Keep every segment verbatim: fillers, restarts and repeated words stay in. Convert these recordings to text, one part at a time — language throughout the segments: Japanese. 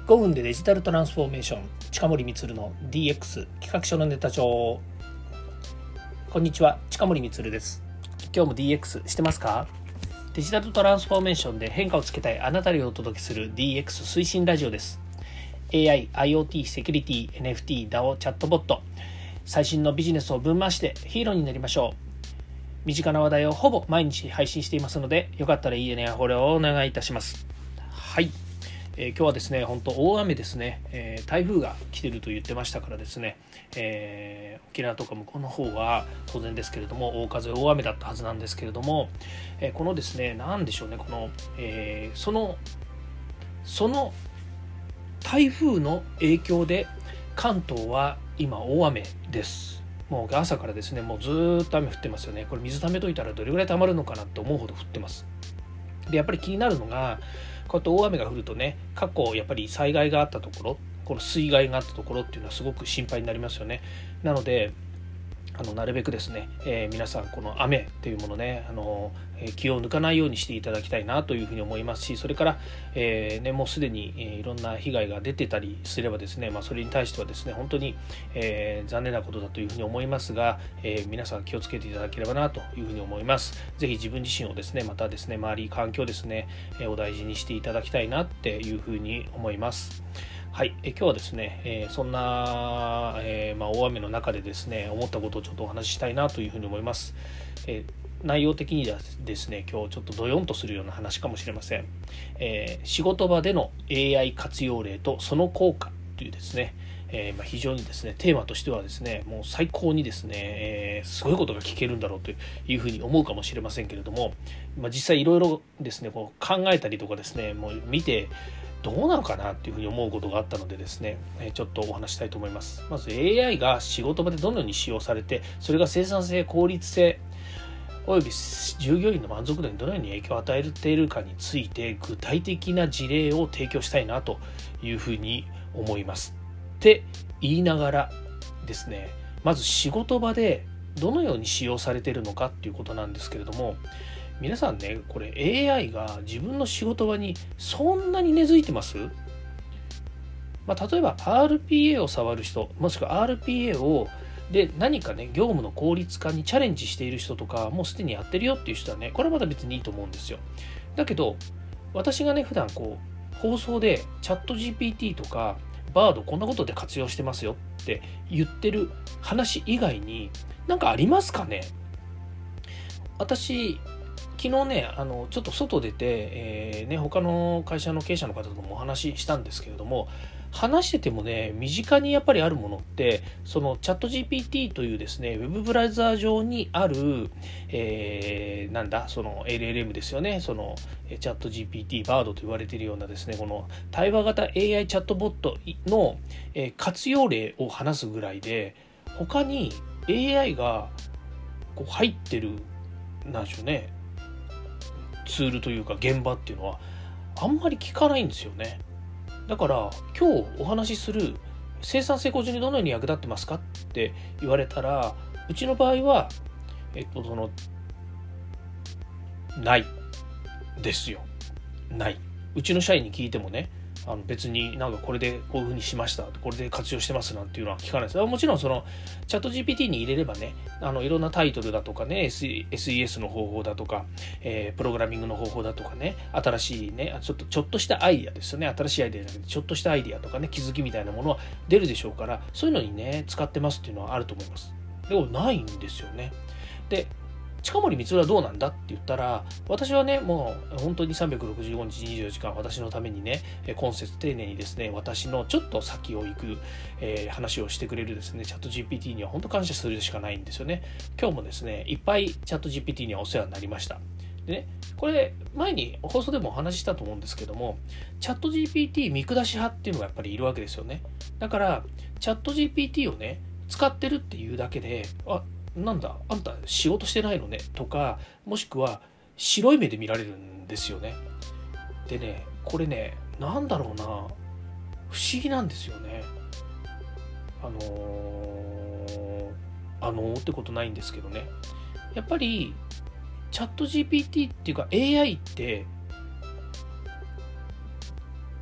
ごふんでデジタルトランスフォーメーション、近森光の ディーエックス 企画書のネタ帳。こんにちは、近森光です。今日も ディーエックス してますか？デジタルトランスフォーメーションで変化をつけたいあなたにお届けする ディーエックス 推進ラジオです。 エーアイ、アイオーティー、セキュリティ、エヌエフティー、ダオ、チャットボット、最新のビジネスをぶん回してヒーローになりましょう。身近な話題をほぼ毎日配信していますので、よかったらいいねやフォローをお願いいたします。はい、えー、今日はですね、本当大雨ですね、えー、台風が来てると言ってましたからですね、えー、沖縄とか向こうの方は当然ですけれども大風大雨だったはずなんですけれども、えー、このですね、なんでしょうね、この、えー、そのその台風の影響で関東は今大雨です。もう朝からですね、もうずっと雨降ってますよね。これ水溜めといたらどれぐらい溜まるのかなと思うほど降ってます。で、やっぱり気になるのが、こうやって大雨が降るとね、過去やっぱり災害があったところ、この水害があったところっていうのはすごく心配になりますよね。なのであのなるべくですね、えー、皆さんこの雨っていうものね、あの、えー、気を抜かないようにしていただきたいなというふうに思いますし、それから、えーね、もうすでに、えー、いろんな被害が出てたりすればですね、まあ、それに対してはですね、本当に、えー、残念なことだというふうに思いますが、えー、皆さん気をつけていただければなというふうに思います。ぜひ自分自身をですね、またですね、周り環境ですね、えー、お大事にしていただきたいなっていうふうに思います。はい、え今日はですね、えー、そんな、えーまあ、大雨の中でですね、思ったことをちょっとお話ししたいなというふうに思います。えー、内容的にはですね、今日ちょっとドヨンとするような話かもしれません。えー、仕事場での エーアイ 活用例とその効果というですね、えーまあ、非常にですね、テーマとしてはですね、もう最高にですね、えー、すごいことが聞けるんだろうというふうに思うかもしれませんけれども、まあ、実際いろいろですね、こう考えたりとかですね、もう見てどうなのかなっていうふうに思うことがあったのでですね、ちょっとお話したいと思います。まず エーアイ が仕事場でどのように使用されて、それが生産性、効率性および従業員の満足度にどのように影響を与えているかについて具体的な事例を提供したいなというふうに思います。って言いながらですね、まず仕事場でどのように使用されているのかっていうことなんですけれども、皆さんね、これ エーアイ が自分の仕事場にそんなに根付いてます？まあ、例えば アールピーエー を触る人、もしくは アールピーエー をで何かね、業務の効率化にチャレンジしている人とか、もうすでにやってるよっていう人はね、これはまだ別にいいと思うんですよ。だけど、私がね、普段こう、放送でチャット ジーピーティー とか、バードこんなことで活用してますよって言ってる話以外に何かありますかね？私、昨日ね、あのちょっと外出て、えーね、他の会社の経営者の方ともお話ししたんですけれども、話しててもね、身近にやっぱりあるものって、そのチャット ジーピーティー というですね、ウェブブラウザー上にある、えー、なんだ、その エルエルエム ですよね、そのチャット ジーピーティー バードと言われているようなですね、この対話型 エーアイ チャットボットの活用例を話すぐらいで、他に エーアイ がこう入ってる、なんでしょうね、ツールというか現場っていうのはあんまり聞かないんですよね。だから今日お話しする生産性向上にどのように役立ってますかって言われたら、うちの場合はえっとそのないですよ。ない。うちの社員に聞いてもね、あの別になんかこれでこういう風にしました、これで活用してますなんていうのは聞かないです。もちろんそのチャット ジーピーティー に入れればね、あのいろんなタイトルだとかね、エスイーエス の方法だとか、えー、プログラミングの方法だとかね、新しいね、ちょっとちょっとしたアイディアですよね。新しいアイディアじゃなくてちょっとしたアイディアとかね、気づきみたいなものは出るでしょうから、そういうのにね使ってますっていうのはあると思います。でもないんですよね。で、近森光はどうなんだって言ったら、私はね、もう本当にさんびゃくろくじゅうごにちにじゅうよじかん私のためにね、今節丁寧にですね、私のちょっと先を行く、えー、話をしてくれるですね、チャット ジーピーティー には本当感謝するしかないんですよね。今日もですね、いっぱいチャット ジーピーティー にはお世話になりました。でね、これ前に放送でもお話ししたと思うんですけども、チャット ジーピーティー 見下し派っていうのがやっぱりいるわけですよね。だからチャット ジーピーティー をね使ってるっていうだけで、あ、なんだあんた仕事してないのねとか、もしくは白い目で見られるんですよね。でね、これね、なんだろうな、不思議なんですよね。あのー、あのーってことないんですけどね、やっぱりチャット ジーピーティー っていうか エーアイ って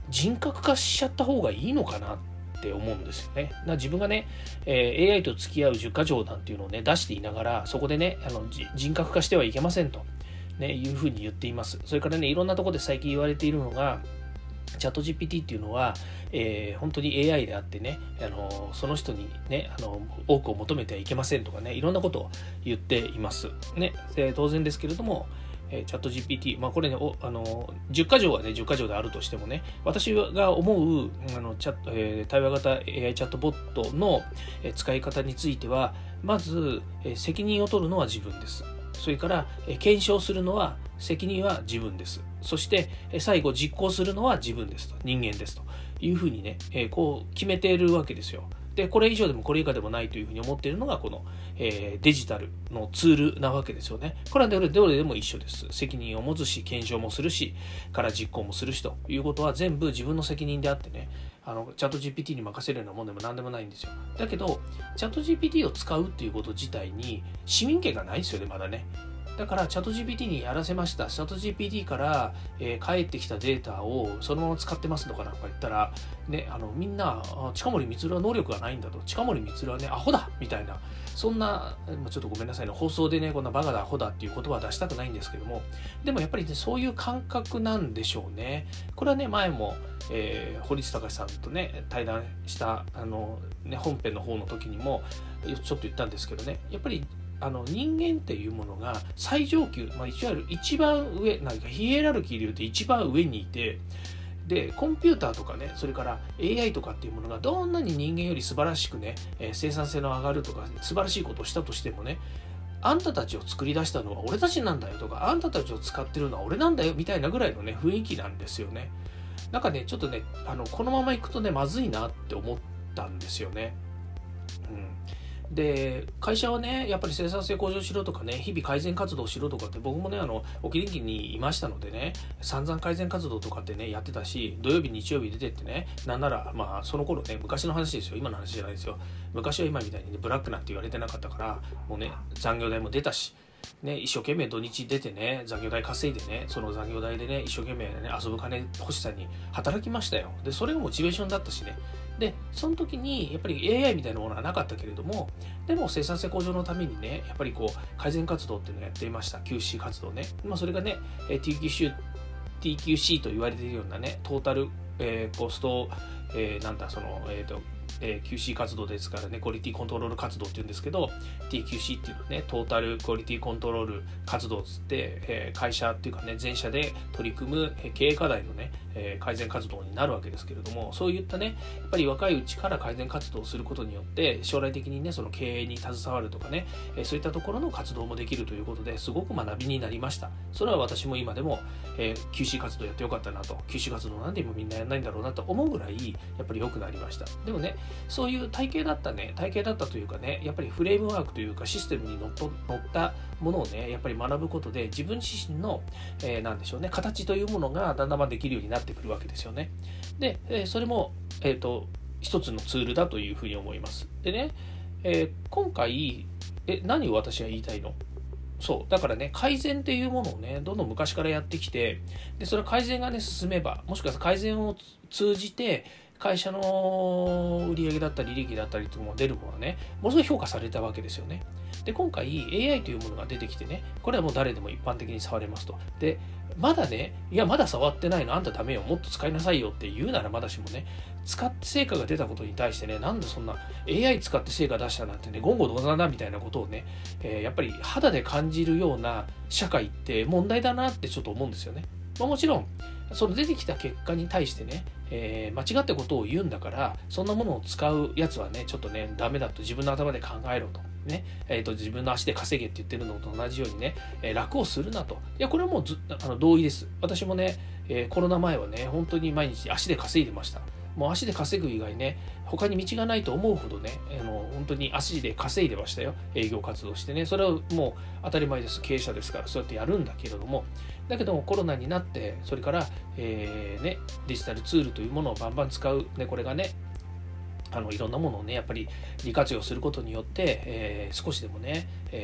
人格化しちゃった方がいいのかなって思うんですよね。な自分がね、えー、エーアイ と付き合うじゅっか条なんていうのをね出していながら、そこでねあの人格化してはいけませんと、ね、いうふうに言っています。それからねいろんなところで最近言われているのが、チャット ジーピーティー っていうのは、えー、本当に エーアイ であってね、あのその人にねあの多くを求めてはいけませんとかね、いろんなことを言っていますね。で当然ですけれども、えー、チャット ジーピーティー、まあこれねおあのじゅっか条はねじゅっか条であるとしてもね、私が思うあのチャット、えー、対話型 エーアイ チャットボットの使い方については、まず、えー、責任を取るのは自分です。それから、えー、検証するのは責任は自分です。そして最後実行するのは自分ですと、人間ですというふうにね、えー、こう決めているわけですよ。でこれ以上でもこれ以下でもないというふうに思っているのがこの、えー、デジタルのツールなわけですよね。これはどれどれでも一緒です。責任を持つし、検証もするし、から実行もするしということは全部自分の責任であってね、あのチャット ジーピーティー に任せるようなもんでも何でもないんですよ。だけどチャット ジーピーティー を使うっていうこと自体に市民権がないですよね、まだね。だからチャット ジーピーティー にやらせました。チャット ジーピーティー から、えー、返ってきたデータをそのまま使ってますとかなんか言ったら、ね、あのみんな近森光は能力がないんだと、近森光はねアホだみたいな、そんなちょっとごめんなさいね、放送でねこんなバカだアホだっていう言葉は出したくないんですけども、でもやっぱり、ね、そういう感覚なんでしょうね。これはね前も、えー、堀内隆さんとね対談したあの、ね、本編の方の時にもちょっと言ったんですけどね、やっぱりあの人間っていうものが最上級、まあ、いわゆる一番上なんかヒエラルキーでいうと一番上にいて、でコンピューターとかね、それから エーアイ とかっていうものがどんなに人間より素晴らしくね、えー、生産性の上がるとか素晴らしいことをしたとしてもね、あんたたちを作り出したのは俺たちなんだよとか、あんたたちを使ってるのは俺なんだよみたいなぐらいのね雰囲気なんですよね。なんかねちょっとねあのこのままいくとねまずいなって思ったんですよね。うんで会社はねやっぱり生産性向上しろとかね、日々改善活動しろとかって、僕もねあの沖電機にいましたのでね、散々改善活動とかってねやってたし、土曜日日曜日出てってね、なんならまあその頃ね昔の話ですよ、今の話じゃないですよ。昔は今みたいにねブラックなんて言われてなかったから、もうね残業代も出たしね、一生懸命土日出てね残業代稼いでね、その残業代でね一生懸命ね遊ぶ金欲しさに働きましたよ。でそれがモチベーションだったしね。でその時にやっぱり エーアイ みたいなものはなかったけれども、でも生産性向上のためにねやっぱりこう改善活動っていうのをやっていました。 キューシー 活動ね、まあ、それがね ティーキューシー ティーキューシー と言われているようなねトータル、えー、コスト、えー、なんだそのえっ、ー、とえー、キューシー 活動ですからね、クオリティコントロール活動っていうんですけど、 ティーキューシー っていうのはねトータルクオリティコントロール活動つって、えー、会社っていうかね全社で取り組む、えー、経営課題のね、えー、改善活動になるわけですけれども、そういったねやっぱり若いうちから改善活動をすることによって将来的にねその経営に携わるとかね、えー、そういったところの活動もできるということですごく学びになりました。それは私も今でも、えー、キューシー 活動やってよかったなと、 キューシー 活動なんで今みんなやんないんだろうなと思うぐらいやっぱり良くなりました。でもねそういう体系だったね体系だったというかね、やっぱりフレームワークというかシステムにのっと乗ったものをねやっぱり学ぶことで自分自身の、えー、なんでしょうね形というものがだんだんできるようになってくるわけですよね。で、えー、それも、えーと、一つのツールだというふうに思います。でね、えー、今回え何を私は言いたいの？そうだからね改善っていうものをねどんどん昔からやってきて、でそれ改善がね進めば、もしくは改善を通じて会社の売上だったり利益だったりというのが出るものはねものすごい評価されたわけですよね。で今回 エーアイ というものが出てきてね、これはもう誰でも一般的に触れますと。でまだねいやまだ触ってないのあんたダメよ、もっと使いなさいよって言うならまだしもね、使って成果が出たことに対してね、なんでそんな エーアイ 使って成果出したなんてね言語道断だみたいなことをね、えー、やっぱり肌で感じるような社会って問題だなってちょっと思うんですよね。まあ、もちろんその出てきた結果に対してね、えー、間違ったことを言うんだからそんなものを使うやつはねちょっとねダメだと自分の頭で考えろとね、えー、と自分の足で稼げって言ってるのと同じようにね、えー、楽をするなと。いやこれはもうずあの同意です。私もね、えー、コロナ前はね本当に毎日足で稼いでました。もう足で稼ぐ以外ね他に道がないと思うほどねあの本当に足で稼いでましたよ。営業活動してね、それはもう当たり前です。経営者ですからそうやってやるんだけれども、だけどもコロナになってそれから、えーね、デジタルツールというものをバンバン使う、ね、これがねあのいろんなものをねやっぱり利活用することによって、えー、少しでもね、えー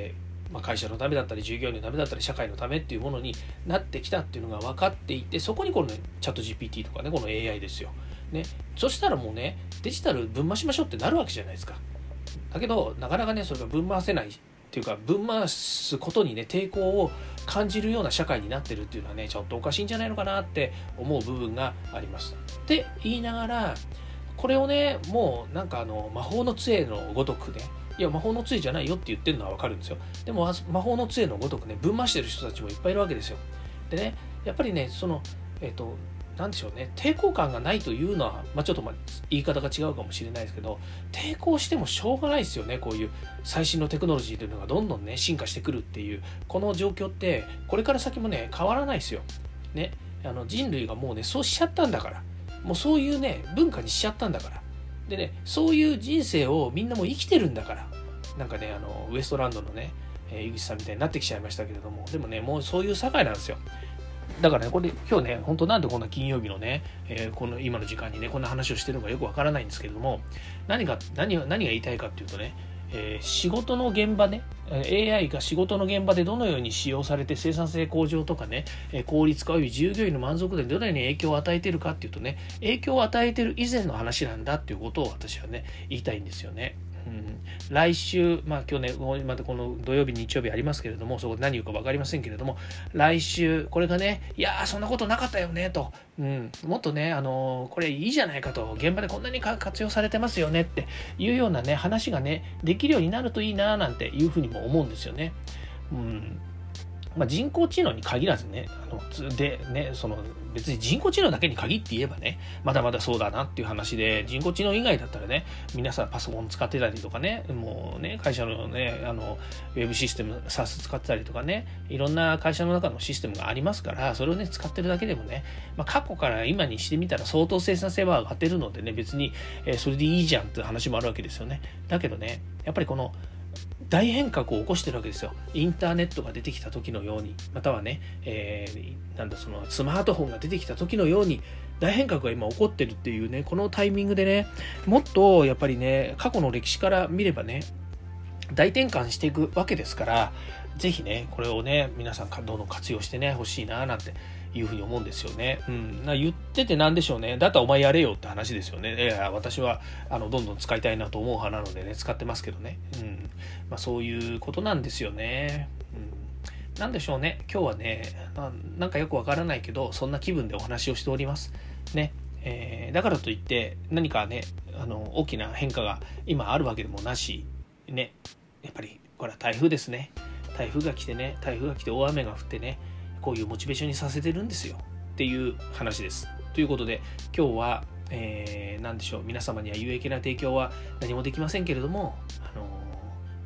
まあ、会社のためだったり従業員のためだったり社会のためっていうものになってきたっていうのが分かっていて、そこにこの、ね、チャット ジーピーティー とかね、この エーアイ ですよ、ね、そしたらもうねデジタル分回しましょうってなるわけじゃないですか。だけどなかなかねそれが分回せないっていうか、分回すことにね抵抗を感じるような社会になってるっていうのはねちょっとおかしいんじゃないのかなって思う部分があります。って言いながら、これをねもうなんかあの魔法の杖のごとくね、いや魔法の杖じゃないよって言ってるのはわかるんですよ。でも魔法の杖のごとくね分回してる人たちもいっぱいいるわけですよ。でねやっぱりねそのえっとなんでしょうね、抵抗感がないというのは、まあ、ちょっとまあ言い方が違うかもしれないですけど、抵抗してもしょうがないですよね。こういう最新のテクノロジーというのがどんどんね進化してくるっていうこの状況ってこれから先もね変わらないですよ。ね、あの人類がもうねそうしちゃったんだから、もうそういうね文化にしちゃったんだから、でねそういう人生をみんなもう生きてるんだから、なんかねあのウエストランドのね井口さんみたいになってきちゃいましたけれども、でもねもうそういう社会なんですよ。だからねこれ今日ね本当なんでこんな金曜日のね、えー、この今の時間にねこんな話をしてるのかよくわからないんですけれども、何が何が何が言いたいかっていうとね、えー、仕事の現場ね エーアイ が仕事の現場でどのように使用されて生産性向上とかね効率化および従業員の満足度にどのように影響を与えているかっていうとね、影響を与えている以前の話なんだっていうことを私はね言いたいんですよね。うん、来週、まあ今日ね、またこの土曜日、日曜日ありますけれども、そこで何言うか分かりませんけれども、来週、これがね、いやー、そんなことなかったよね、と、うん、もっとね、あのー、これいいじゃないかと、現場でこんなに活用されてますよねっていうようなね、話がね、できるようになるといいな、なんていうふうにも思うんですよね。うんまあ、人工知能に限らずね、あのでね、その別に人工知能だけに限って言えばね、まだまだそうだなっていう話で、人工知能以外だったらね、皆さんパソコン使ってたりとかね、もうね、会社のね、あのウェブシステム、サース 使ってたりとかね、いろんな会社の中のシステムがありますから、それをね、使ってるだけでもね、まあ、過去から今にしてみたら相当生産性は上がってるのでね、別に、えー、それでいいじゃんっていう話もあるわけですよね。だけどね、やっぱりこの大変革を起こしてるわけですよ。インターネットが出てきた時のように、またはね、えー、なんだそのスマートフォンが出てきた時のように大変革が今起こってるっていうね、このタイミングでね、もっとやっぱりね、過去の歴史から見ればね、大転換していくわけですから、ぜひね、これをね、皆さんどんどん活用してね、欲しいななんていうふうに思うんですよね。うん、な言っててなんでしょうね。だったらお前やれよって話ですよね。いや私はあのどんどん使いたいなと思う派なのでね、使ってますけどね。うんまあ、そういうことなんですよね。うん、なんでしょうね。今日はねな、なんかよくわからないけど、そんな気分でお話をしております。ね。えー、だからといって何かね、あの大きな変化が今あるわけでもなし、ね。やっぱりこれは台風ですね。台風が来てね、台風が来て大雨が降ってね、こういうモチベーションにさせてるんですよっていう話です。ということで今日は、えー、何でしょう、皆様には有益な提供は何もできませんけれども、あのー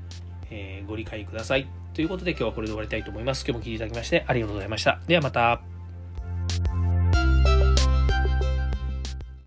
えー、ご理解くださいということで今日はこれで終わりたいと思います。今日も聞いていただきましてありがとうございました。ではまた。